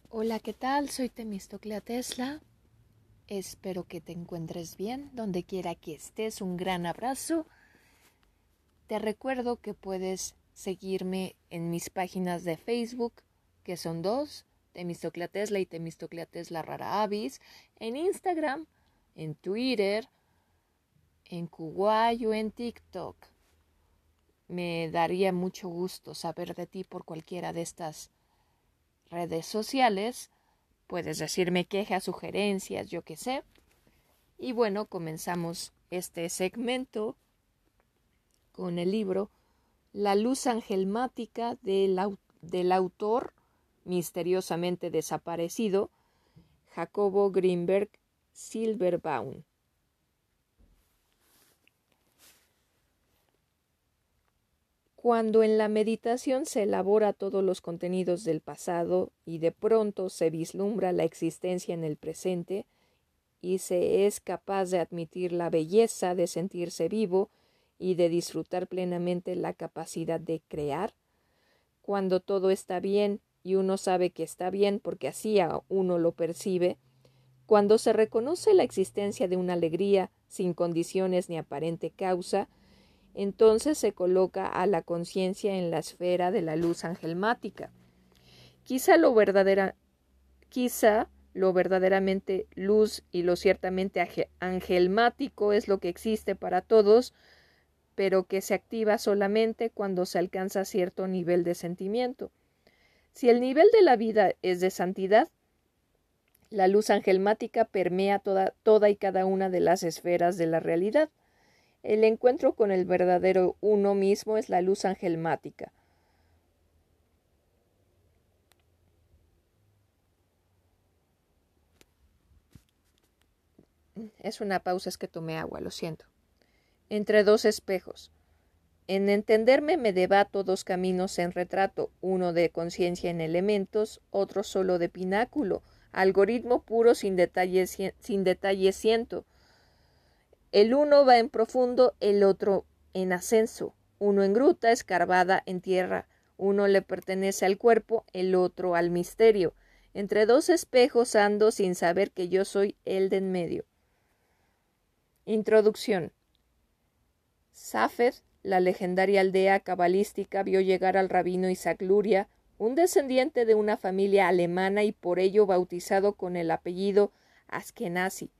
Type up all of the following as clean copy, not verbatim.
Hola, ¿qué tal? Soy Temístoclea Tesla. Espero que te encuentres bien, donde quiera que estés. Un gran abrazo. Te recuerdo que puedes seguirme en mis páginas de Facebook, que son dos, Temístoclea Tesla y Temístoclea Tesla Rara Avis, en Instagram, en Twitter, en Kuwait o en TikTok. Me daría mucho gusto saber de ti por cualquiera de estas redes sociales. Puedes decirme quejas, sugerencias, yo qué sé. Y bueno, comenzamos este segmento con el libro La luz angelmática del autor misteriosamente desaparecido, Jacobo Grinberg Silverbaum. Cuando en la meditación se elabora todos los contenidos del pasado y de pronto se vislumbra la existencia en el presente, y se es capaz de admitir la belleza de sentirse vivo y de disfrutar plenamente la capacidad de crear, cuando todo está bien y uno sabe que está bien porque así uno lo percibe, cuando se reconoce la existencia de una alegría sin condiciones ni aparente causa, entonces se coloca a la conciencia en la esfera de la luz angelmática. Quizá lo verdaderamente luz y lo ciertamente angelmático es lo que existe para todos, pero que se activa solamente cuando se alcanza cierto nivel de sentimiento. Si el nivel de la vida es de santidad, la luz angelmática permea toda y cada una de las esferas de la realidad. El encuentro con el verdadero uno mismo es la luz angelmática. Es una pausa, es que tomé agua, lo siento. Entre dos espejos. En entenderme me debato dos caminos en retrato, uno de conciencia en elementos, otro solo de pináculo, algoritmo puro sin detalles siento. El uno va en profundo, el otro en ascenso, uno en gruta escarbada en tierra, uno le pertenece al cuerpo, el otro al misterio. Entre dos espejos ando sin saber que yo soy el de en medio. Introducción. Safed, la legendaria aldea cabalística, vio llegar al rabino Isaac Luria, un descendiente de una familia alemana y por ello bautizado con el apellido Ashkenazi,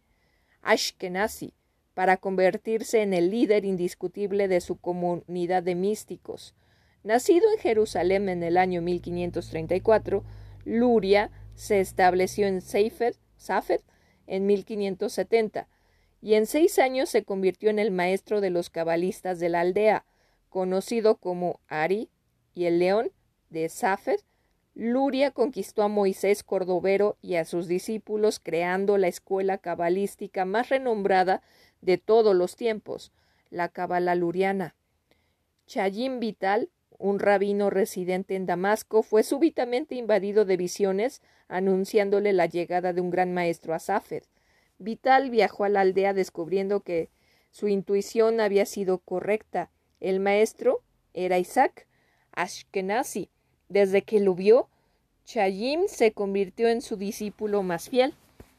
para convertirse en el líder indiscutible de su comunidad de místicos. Nacido en Jerusalén en el año 1534, Luria se estableció en Safed en 1570, y en 6 años se convirtió en el maestro de los cabalistas de la aldea, conocido como Ari y el León de Safed. Luria conquistó a Moisés Cordovero y a sus discípulos, creando la escuela cabalística más renombrada de todos los tiempos, la Cabala Luriana. Chayim Vital, un rabino residente en Damasco, fue súbitamente invadido de visiones, anunciándole la llegada de un gran maestro a Safed. Vital viajó a la aldea descubriendo que su intuición había sido correcta. El maestro era Isaac Ashkenazi. Desde que lo vio, Chayim se convirtió en su discípulo más fiel,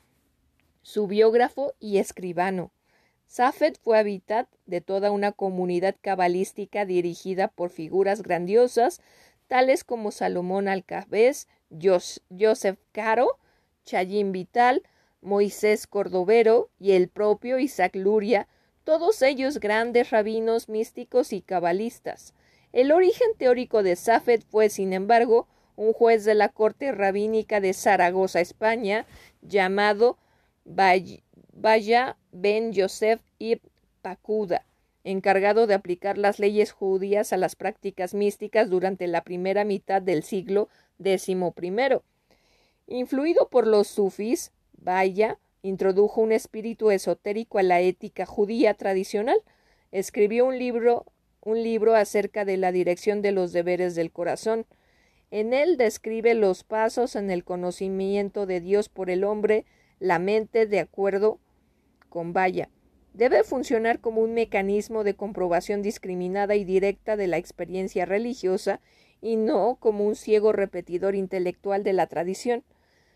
su biógrafo y escribano. Safed fue hábitat de toda una comunidad cabalística dirigida por figuras grandiosas, tales como Salomón Alcabez, Joseph Caro, Chayim Vital, Moisés Cordovero y el propio Isaac Luria, todos ellos grandes rabinos místicos y cabalistas. El origen teórico de Safed fue, sin embargo, un juez de la corte rabínica de Zaragoza, España, llamado Baya ben Yosef ibn Pacuda, encargado de aplicar las leyes judías a las prácticas místicas durante la primera mitad del siglo XI. Influido por los sufís, Baya introdujo un espíritu esotérico a la ética judía tradicional. Escribió un libro acerca de la dirección de los deberes del corazón. En él describe los pasos en el conocimiento de Dios por el hombre, la mente, de acuerdo con Baya. Debe funcionar como un mecanismo de comprobación discriminada y directa de la experiencia religiosa y no como un ciego repetidor intelectual de la tradición.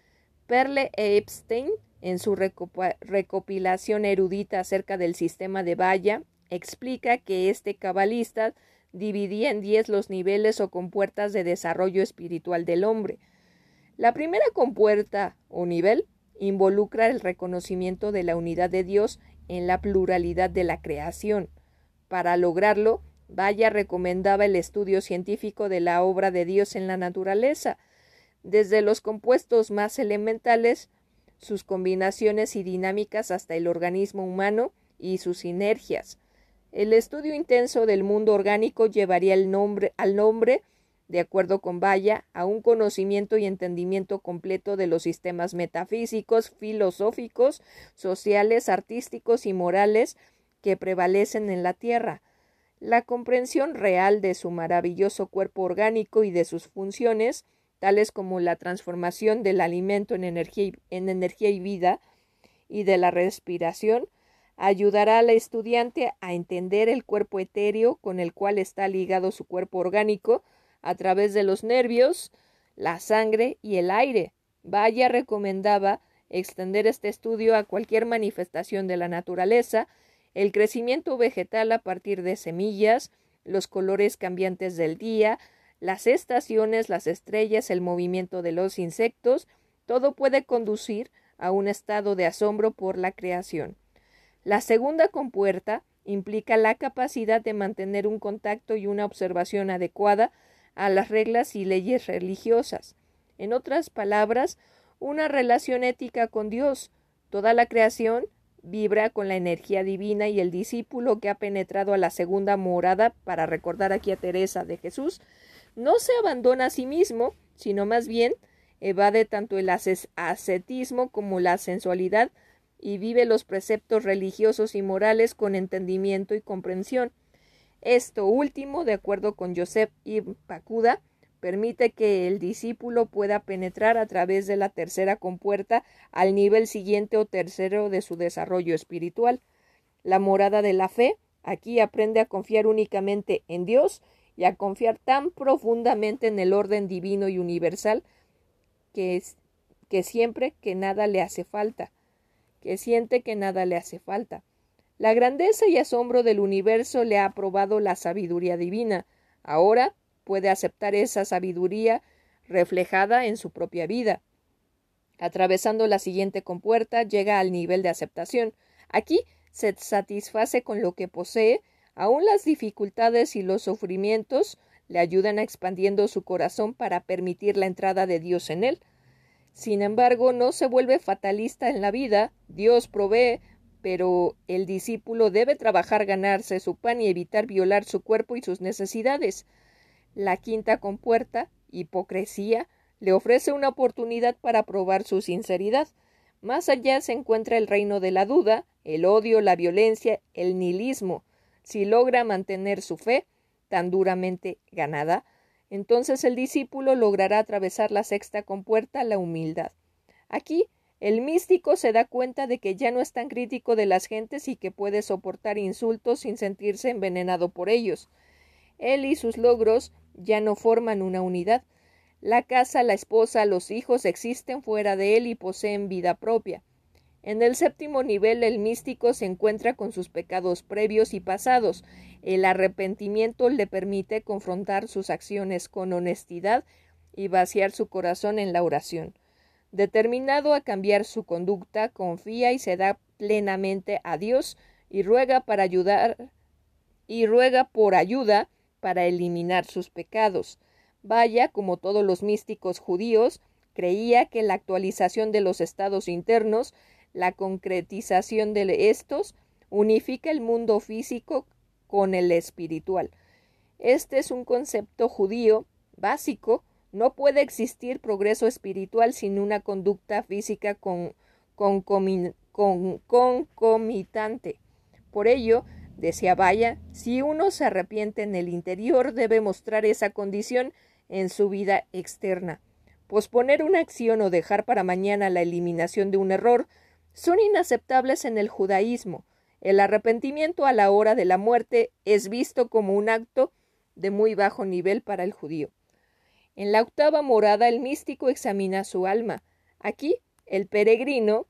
Perle Epstein, en su recopilación erudita acerca del sistema de Valla, explica que este cabalista dividía en 10 los niveles o compuertas de desarrollo espiritual del hombre. La primera compuerta o nivel involucra el reconocimiento de la unidad de Dios en la pluralidad de la creación. Para lograrlo, Valla recomendaba el estudio científico de la obra de Dios en la naturaleza, desde los compuestos más elementales, sus combinaciones y dinámicas hasta el organismo humano y sus sinergias. El estudio intenso del mundo orgánico llevaría al nombre, de acuerdo con Valla, a un conocimiento y entendimiento completo de los sistemas metafísicos, filosóficos, sociales, artísticos y morales que prevalecen en la Tierra. La comprensión real de su maravilloso cuerpo orgánico y de sus funciones, tales como la transformación del alimento en energía y vida, y de la respiración, ayudará al estudiante a entender el cuerpo etéreo con el cual está ligado su cuerpo orgánico a través de los nervios, la sangre y el aire. Valla recomendaba extender este estudio a cualquier manifestación de la naturaleza, el crecimiento vegetal a partir de semillas, los colores cambiantes del día, las estaciones, las estrellas, el movimiento de los insectos, todo puede conducir a un estado de asombro por la creación. La segunda compuerta implica la capacidad de mantener un contacto y una observación adecuada a las reglas y leyes religiosas. En otras palabras, una relación ética con Dios. Toda la creación vibra con la energía divina y el discípulo que ha penetrado a la segunda morada, para recordar aquí a Teresa de Jesús, no se abandona a sí mismo, sino más bien evade tanto el ascetismo como la sensualidad y vive los preceptos religiosos y morales con entendimiento y comprensión. Esto último, de acuerdo con Joseph Ibn Pacuda, permite que el discípulo pueda penetrar a través de la tercera compuerta al nivel siguiente o tercero de su desarrollo espiritual. La morada de la fe aquí aprende a confiar únicamente en Dios y a confiar tan profundamente en el orden divino y universal que siente que nada le hace falta. La grandeza y asombro del universo le ha probado la sabiduría divina. Ahora puede aceptar esa sabiduría reflejada en su propia vida. Atravesando la siguiente compuerta, llega al nivel de aceptación. Aquí se satisface con lo que posee. Aún las dificultades y los sufrimientos le ayudan a expandiendo su corazón para permitir la entrada de Dios en él. Sin embargo, no se vuelve fatalista en la vida. Dios provee, pero el discípulo debe trabajar, ganarse su pan y evitar violar su cuerpo y sus necesidades. La quinta compuerta, hipocresía, le ofrece una oportunidad para probar su sinceridad. Más allá se encuentra el reino de la duda, el odio, la violencia, el nihilismo. Si logra mantener su fe, tan duramente ganada, entonces el discípulo logrará atravesar la sexta compuerta, la humildad. Aquí, el místico se da cuenta de que ya no es tan crítico de las gentes y que puede soportar insultos sin sentirse envenenado por ellos. Él y sus logros ya no forman una unidad. La casa, la esposa, los hijos existen fuera de él y poseen vida propia. En el séptimo nivel, el místico se encuentra con sus pecados previos y pasados. El arrepentimiento le permite confrontar sus acciones con honestidad y vaciar su corazón en la oración. Determinado a cambiar su conducta, confía y se da plenamente a Dios y ruega por ayuda para eliminar sus pecados. Valla, como todos los místicos judíos, creía que la actualización de los estados internos, la concretización de estos, unifica el mundo físico con el espiritual. Este es un concepto judío básico. No puede existir progreso espiritual sin una conducta física concomitante. Por ello, decía Valla, si uno se arrepiente en el interior, debe mostrar esa condición en su vida externa. Posponer una acción o dejar para mañana la eliminación de un error son inaceptables en el judaísmo. El arrepentimiento a la hora de la muerte es visto como un acto de muy bajo nivel para el judío. En la octava morada, el místico examina su alma. Aquí El peregrino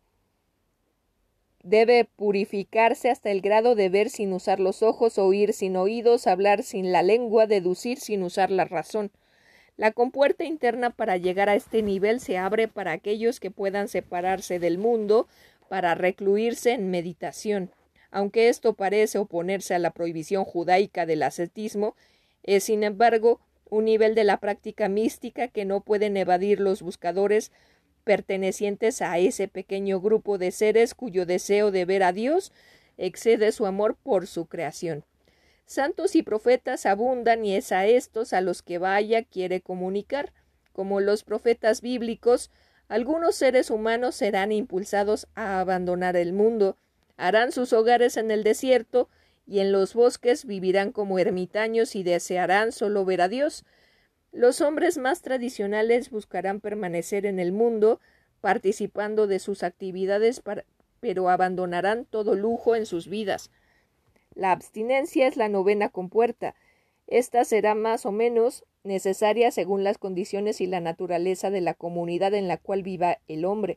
debe purificarse hasta el grado de ver sin usar los ojos, oír sin oídos, hablar sin la lengua, deducir sin usar la razón. La compuerta interna para llegar a este nivel se abre para aquellos que puedan separarse del mundo, para recluirse en meditación. Aunque esto parece oponerse a la prohibición judaica del ascetismo, es sin embargo un nivel de la práctica mística que no pueden evadir los buscadores pertenecientes a ese pequeño grupo de seres cuyo deseo de ver a Dios excede su amor por su creación. Santos y profetas abundan y es a estos a los que Baha'í quiere comunicar. Como los profetas bíblicos, algunos seres humanos serán impulsados a abandonar el mundo, harán sus hogares en el desierto y en los bosques vivirán como ermitaños y desearán solo ver a Dios. Los hombres más tradicionales buscarán permanecer en el mundo, participando de sus actividades, pero abandonarán todo lujo en sus vidas. La abstinencia es la novena compuerta. Esta será más o menos necesaria según las condiciones y la naturaleza de la comunidad en la cual viva el hombre.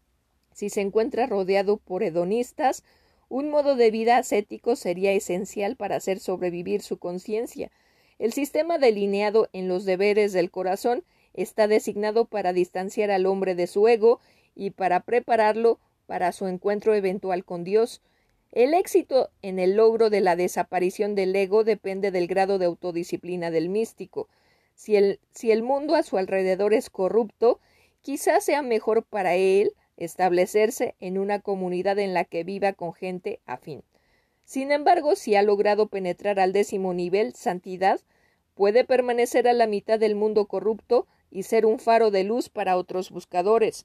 Si se encuentra rodeado por hedonistas, un modo de vida ascético sería esencial para hacer sobrevivir su conciencia. El sistema delineado en los deberes del corazón está designado para distanciar al hombre de su ego y para prepararlo para su encuentro eventual con Dios. El éxito en el logro de la desaparición del ego depende del grado de autodisciplina del místico. Si el mundo a su alrededor es corrupto, quizás sea mejor para él establecerse en una comunidad en la que viva con gente afín. Sin embargo, si ha logrado penetrar al 10º nivel, santidad, puede permanecer a la mitad del mundo corrupto y ser un faro de luz para otros buscadores.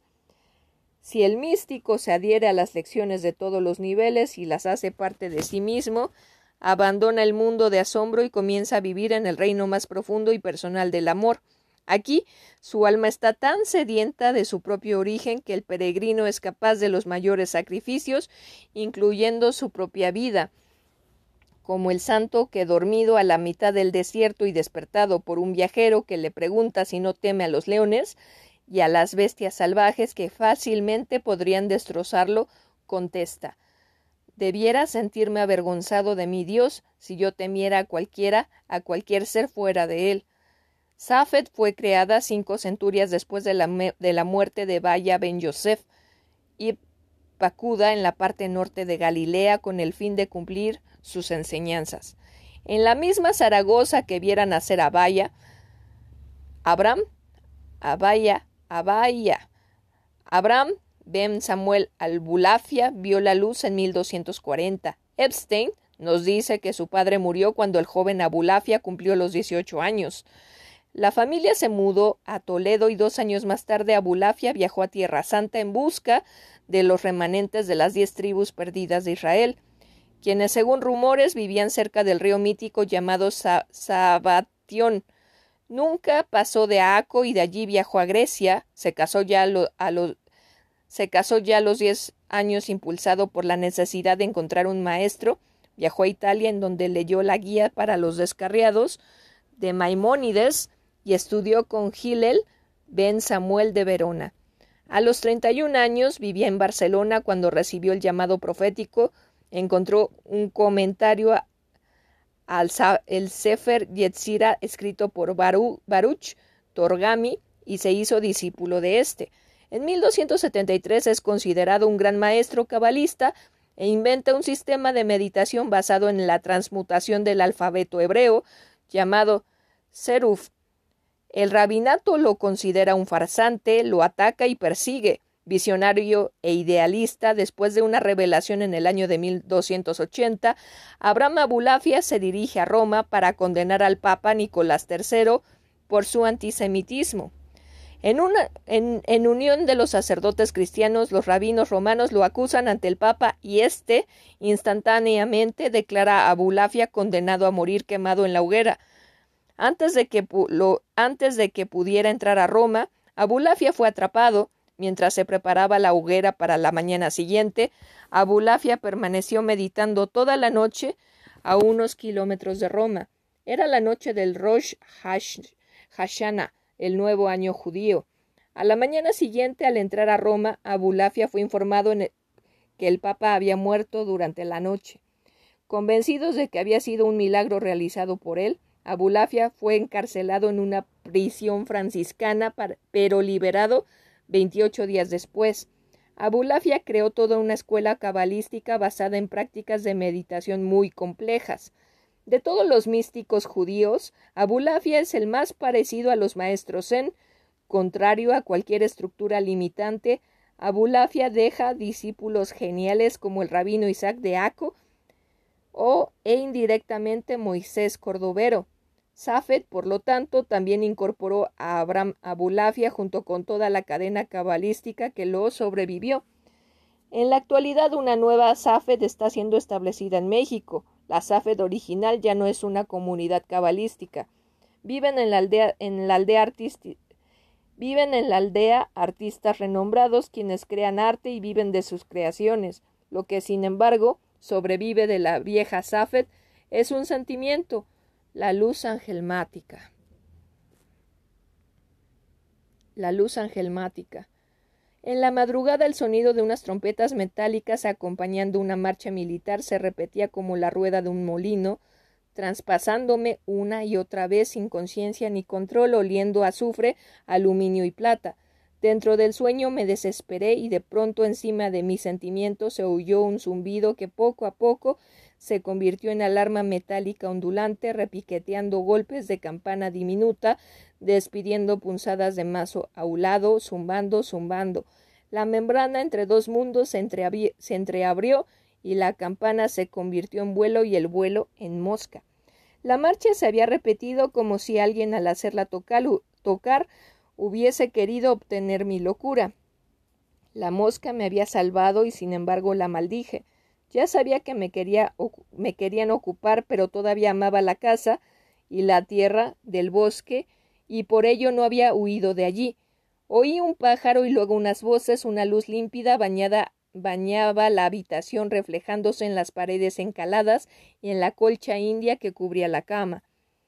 Si el místico se adhiere a las lecciones de todos los niveles y las hace parte de sí mismo, abandona el mundo de asombro y comienza a vivir en el reino más profundo y personal del amor. Aquí, su alma está tan sedienta de su propio origen que el peregrino es capaz de los mayores sacrificios, incluyendo su propia vida, como el santo que, dormido a la mitad del desierto y despertado por un viajero que le pregunta si no teme a los leones y a las bestias salvajes que fácilmente podrían destrozarlo, contesta: «Debiera sentirme avergonzado de mi Dios si yo temiera a cualquier ser fuera de él». Safed fue creada 5 centurias después de la muerte de Baha'í ben Yosef y Pacuda en la parte norte de Galilea con el fin de cumplir sus enseñanzas. En la misma Zaragoza que viera nacer a Baha'í, Abraham ben Samuel al-Bulafia vio la luz en 1240. Epstein nos dice que su padre murió cuando el joven Abulafia cumplió los 18 años. La familia se mudó a Toledo y 2 años más tarde Abulafia viajó a Tierra Santa en busca de los remanentes de las 10 tribus perdidas de Israel, quienes según rumores vivían cerca del río mítico llamado Sabatión. Nunca pasó de Aco y de allí viajó a Grecia. Se casó ya a los 10 años impulsado por la necesidad de encontrar un maestro. Viajó a Italia en donde leyó la guía para los descarriados de Maimónides y estudió con Hillel ben Samuel de Verona. A los 31 años vivía en Barcelona cuando recibió el llamado profético. Encontró un comentario al el Sefer Yetzirah escrito por Baruch Torgami y se hizo discípulo de este. En 1273 es considerado un gran maestro cabalista e inventa un sistema de meditación basado en la transmutación del alfabeto hebreo llamado Seruf. El rabinato lo considera un farsante, lo ataca y persigue. Visionario e idealista, después de una revelación en el año de 1280, Abraham Abulafia se dirige a Roma para condenar al Papa Nicolás III por su antisemitismo. En unión de los sacerdotes cristianos, los rabinos romanos lo acusan ante el Papa y éste instantáneamente declara a Abulafia condenado a morir quemado en la hoguera. Antes de que pudiera entrar a Roma, Abulafia fue atrapado. Mientras se preparaba la hoguera para la mañana siguiente, Abulafia permaneció meditando toda la noche a unos kilómetros de Roma. Era la noche del Rosh Hashanah, el nuevo año judío. A la mañana siguiente, al entrar a Roma, Abulafia fue informado que el Papa había muerto durante la noche. Convencidos de que había sido un milagro realizado por él, Abulafia fue encarcelado en una prisión franciscana, pero liberado 28 días después. Abulafia creó toda una escuela cabalística basada en prácticas de meditación muy complejas. De todos los místicos judíos, Abulafia es el más parecido a los maestros zen. Contrario a cualquier estructura limitante, Abulafia deja discípulos geniales como el rabino Isaac de Aco e indirectamente Moisés Cordovero. Safed, por lo tanto, también incorporó a Abraham Abulafia junto con toda la cadena cabalística que lo sobrevivió. En la actualidad, una nueva Safed está siendo establecida en México. La Safed original ya no es una comunidad cabalística. Viven en la aldea artistas renombrados quienes crean arte y viven de sus creaciones. Lo que, sin embargo, sobrevive de la vieja Safed es un sentimiento, la luz angelmática. La luz angelmática. En la madrugada el sonido de unas trompetas metálicas acompañando una marcha militar se repetía como la rueda de un molino, traspasándome una y otra vez sin conciencia ni control, oliendo a azufre, aluminio y plata. Dentro del sueño me desesperé y de pronto encima de mis sentimientos se oyó un zumbido que poco a poco se convirtió en alarma metálica ondulante, repiqueteando golpes de campana diminuta, despidiendo punzadas de mazo aulado, zumbando. La membrana entre dos mundos se entreabrió y la campana se convirtió en vuelo y el vuelo en mosca. La marcha se había repetido como si alguien al hacerla tocar hubiese querido obtener mi locura. La mosca me había salvado y sin embargo la maldije. Ya sabía que me querían ocupar, pero todavía amaba la casa y la tierra del bosque, y por ello no había huido de allí. Oí un pájaro y luego unas voces, una luz límpida bañaba la habitación reflejándose en las paredes encaladas y en la colcha india que cubría la cama.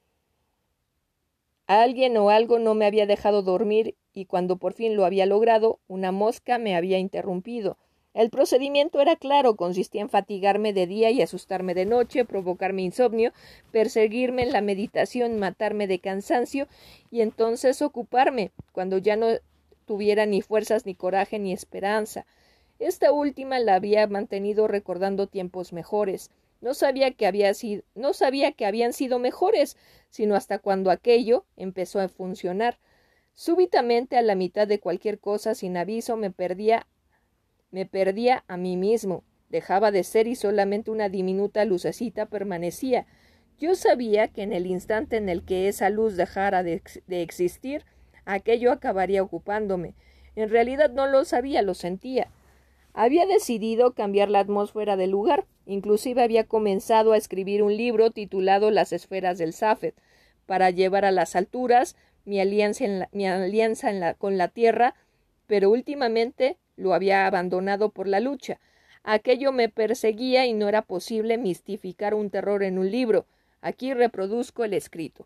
Alguien o algo no me había dejado dormir y cuando por fin lo había logrado, una mosca me había interrumpido. El procedimiento era claro, consistía en fatigarme de día y asustarme de noche, provocarme insomnio, perseguirme en la meditación, matarme de cansancio y entonces ocuparme, cuando ya no tuviera ni fuerzas, ni coraje, ni esperanza. Esta última la había mantenido recordando tiempos mejores. No sabía que habían sido mejores, sino hasta cuando aquello empezó a funcionar. Súbitamente, a la mitad de cualquier cosa, sin aviso, me perdía a mí mismo. Dejaba de ser y solamente una diminuta lucecita permanecía. Yo sabía que en el instante en el que esa luz dejara de existir, aquello acabaría ocupándome. En realidad no lo sabía, lo sentía. Había decidido cambiar la atmósfera del lugar. Inclusive había comenzado a escribir un libro titulado Las esferas del Safed, para llevar a las alturas mi alianza con la tierra, pero últimamente lo había abandonado por la lucha. Aquello me perseguía y no era posible mistificar un terror en un libro. Aquí reproduzco el escrito.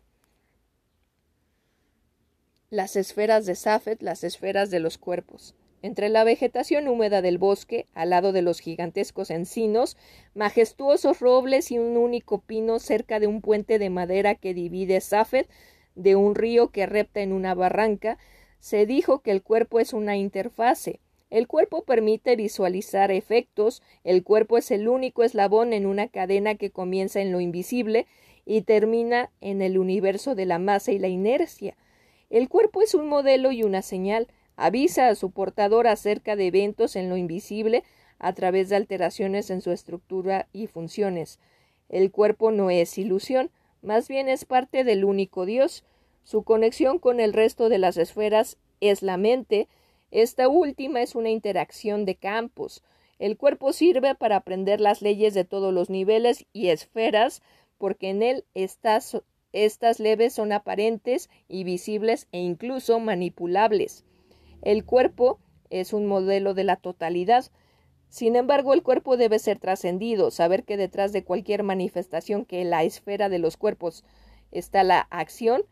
Las esferas de Safed, las esferas de los cuerpos. Entre la vegetación húmeda del bosque, al lado de los gigantescos encinos, majestuosos robles y un único pino cerca de un puente de madera que divide Safed de un río que repta en una barranca, se dijo que el cuerpo es una interfase. El cuerpo permite visualizar efectos, el cuerpo es el único eslabón en una cadena que comienza en lo invisible y termina en el universo de la masa y la inercia. El cuerpo es un modelo y una señal, avisa a su portador acerca de eventos en lo invisible a través de alteraciones en su estructura y funciones. El cuerpo no es ilusión, más bien es parte del único Dios. Su conexión con el resto de las esferas es la mente. Esta última es una interacción de campos. El cuerpo sirve para aprender las leyes de todos los niveles y esferas, porque en él estas leves son aparentes y visibles e incluso manipulables. El cuerpo es un modelo de la totalidad. Sin embargo, el cuerpo debe ser trascendido, saber que detrás de cualquier manifestación que la esfera de los cuerpos está la acción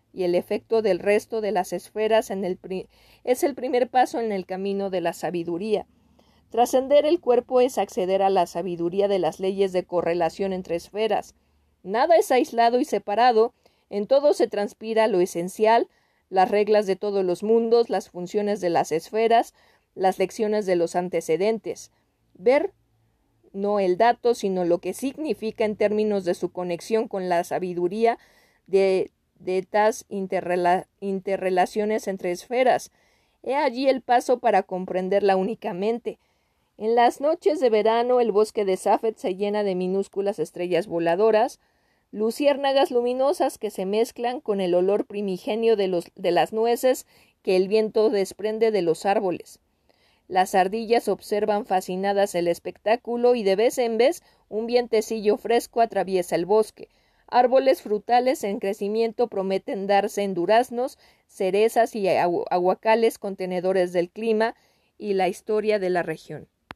y el efecto del resto de las esferas es el primer paso en el camino de la sabiduría. Trascender el cuerpo es acceder a la sabiduría de las leyes de correlación entre esferas. Nada es aislado y separado, en todo se transpira lo esencial, las reglas de todos los mundos, las funciones de las esferas, las lecciones de los antecedentes. Ver no el dato, sino lo que significa en términos de su conexión con la sabiduría de estas interrelaciones entre esferas. He allí el paso para comprenderla únicamente. En las noches de verano el bosque de Safed se llena de minúsculas estrellas voladoras, luciérnagas luminosas que se mezclan con el olor primigenio de las nueces que el viento desprende de los árboles. Las ardillas observan fascinadas el espectáculo y de vez en vez un vientecillo fresco atraviesa el bosque. Árboles frutales en crecimiento prometen darse en duraznos, cerezas y aguacales contenedores del clima y la historia de la región.